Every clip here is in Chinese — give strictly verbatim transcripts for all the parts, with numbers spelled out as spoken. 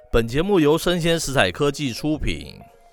本节目由生鲜食材科技出品，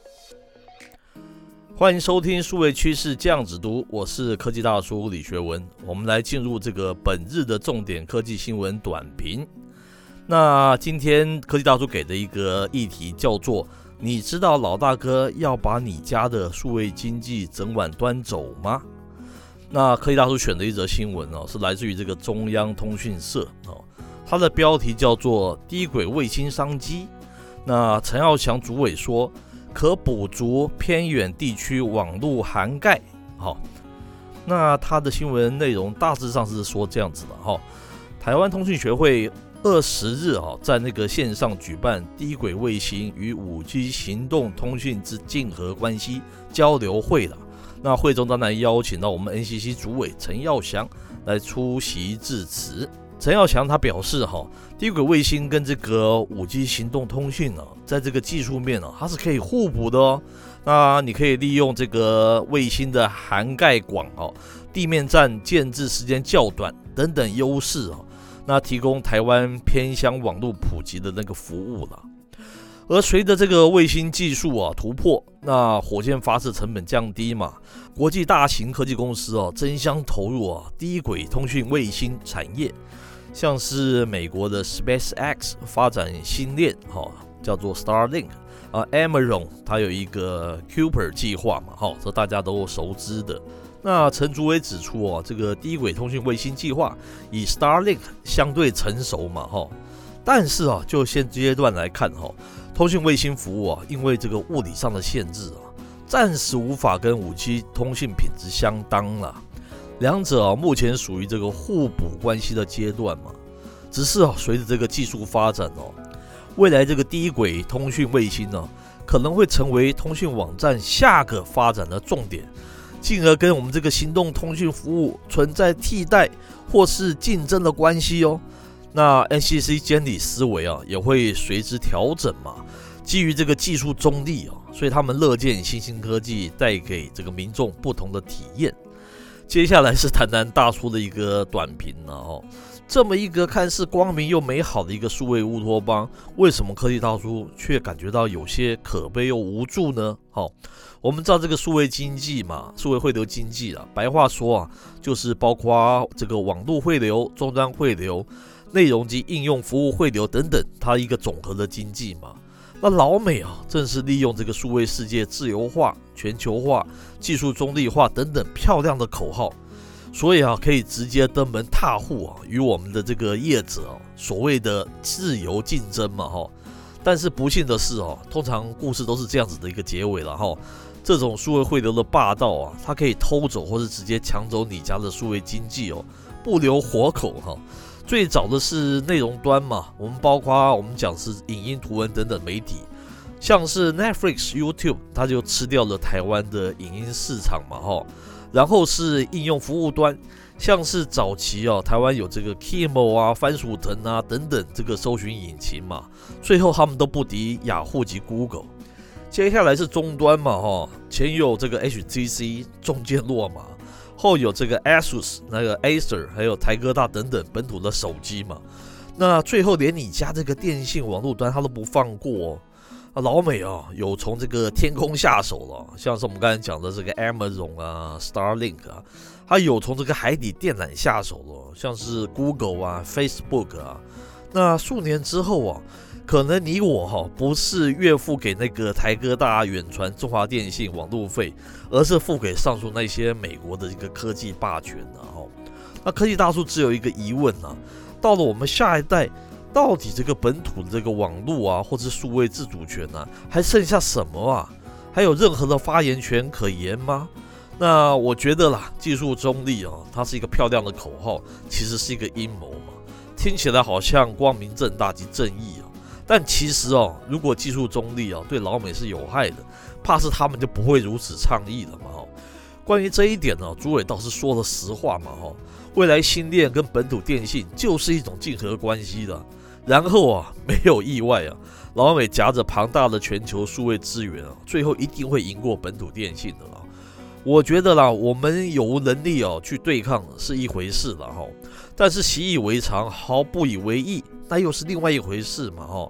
欢迎收听数位趋势酱子读，我是科技大叔李学文。我们来进入这个本日的重点科技新闻短评。那今天科技大叔给的一个议题叫做你知道老大哥要把你家的数位经济整碗端走吗？那科技大叔选的一则新闻、哦、是来自于这个中央通讯社、哦、它的标题叫做低轨卫星商机。那陈耀祥主委说可补足偏远地区网络涵盖、哦、那他的新闻内容大致上是说这样子的、哦、台湾通讯学会二十日、哦、在那个线上举办低轨卫星与 五 G 行动通讯之竞合关系交流会了。那会中当然邀请到我们 N C C 主委陈耀祥来出席致辞。陈耀祥他表示、哦、低轨卫星跟这个 五 G 行动通讯、啊、在这个技术面、啊、它是可以互补的哦。那你可以利用这个卫星的涵盖广、哦、地面站建置时间较短等等优势、哦、那提供台湾偏乡网络普及的那个服务了。而随着这个卫星技术啊突破，那火箭发射成本降低嘛，国际大型科技公司啊争相投入啊低轨通讯卫星产业，像是美国的 SpaceX 发展星链、哦、叫做 Starlink 啊 ，Amazon 它有一个 Kuiper 计划嘛，哈、哦，这大家都熟知的。那陈主委指出啊，这个低轨通讯卫星计划以 Starlink 相对成熟嘛，哈、哦，但是啊，就现阶段来看哈、哦。通讯卫星服务啊，因为这个物理上的限制啊，暂时无法跟 五 G 通讯品质相当了。两者啊，目前属于这个互补关系的阶段嘛。只是啊，随着这个技术发展哦，未来这个低轨通讯卫星呢、啊，可能会成为通讯网站下个发展的重点，进而跟我们这个行动通讯服务存在替代或是竞争的关系哦。那 N C C 监理思维啊，也会随之调整嘛。基于这个技术中立啊，所以他们乐见新兴科技带给这个民众不同的体验。接下来是谈谈大叔的一个短评了、啊、哦。这么一个看似光明又美好的一个数位乌托邦，为什么科技大叔却感觉到有些可悲又无助呢？好、哦，我们知道这个数位经济嘛，数位汇流经济啊，白话说啊，就是包括这个网络汇流、终端汇流。内容及应用服务汇流等等，它一个总和的经济嘛。那老美啊，正是利用这个数位世界自由化、全球化、技术中立化等等漂亮的口号，所以啊，可以直接登门踏户啊，与我们的这个业者、啊、所谓的自由竞争嘛哈。但是不幸的是哦、啊，通常故事都是这样子的一个结尾了哈。这种数位汇流的霸道啊，它可以偷走或是直接抢走你家的数位经济哦，不留活口哈。最早的是内容端嘛，我们包括我们讲是影音、图文等等媒体，像是 Netflix、YouTube， 它就吃掉了台湾的影音市场嘛，哈。然后是应用服务端，像是早期哦，台湾有这个 Kimo 啊、番薯藤啊等等这个搜寻引擎嘛，最后他们都不敌雅虎及 Google。接下来是终端嘛，哈，前有这个 H T C 中箭落马。后有这个 Asus 那个 Acer 还有台哥大等等本土的手机嘛，那最后连你家这个电信网络端它都不放过哦。啊，老美啊有从这个天空下手了，像是我们刚才讲的这个 Amazon 啊 Starlink 啊，它有从这个海底电缆下手了，像是 Google 啊 Facebook 啊。那数年之后啊，可能你我哈、啊、不是月付给那个台哥大、远传、中华电信网路费，而是付给上述那些美国的一个科技霸权啊。那科技大叔只有一个疑问啊，到了我们下一代，到底这个本土的这个网路啊，或者数位自主权啊，还剩下什么啊？还有任何的发言权可言吗？那我觉得啦，技术中立啊，它是一个漂亮的口号，其实是一个阴谋嘛。听起来好像光明正大及正义啊，但其实哦，如果技术中立啊对老美是有害的，怕是他们就不会如此倡议了嘛。哦，关于这一点呢、啊，主委倒是说了实话嘛。哦，未来星链跟本土电信就是一种竞合关系的。然后啊，没有意外啊，老美夹着庞大的全球数位资源啊，最后一定会赢过本土电信的啦。我觉得啦，我们有能力哦去对抗是一回事啦哈，但是习以为常、毫不以为意，那又是另外一回事嘛哈。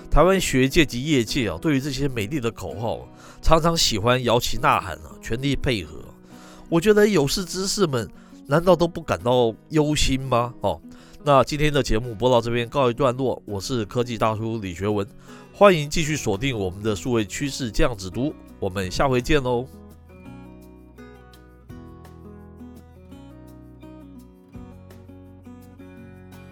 台湾学界及业界啊，对于这些美丽的口号，常常喜欢摇旗呐喊啊，全力配合。我觉得有识之士们难道都不感到忧心吗？哦，那今天的节目播到这边告一段落，我是科技大叔李学文，欢迎继续锁定我们的数位趋势酱子读，我们下回见喽。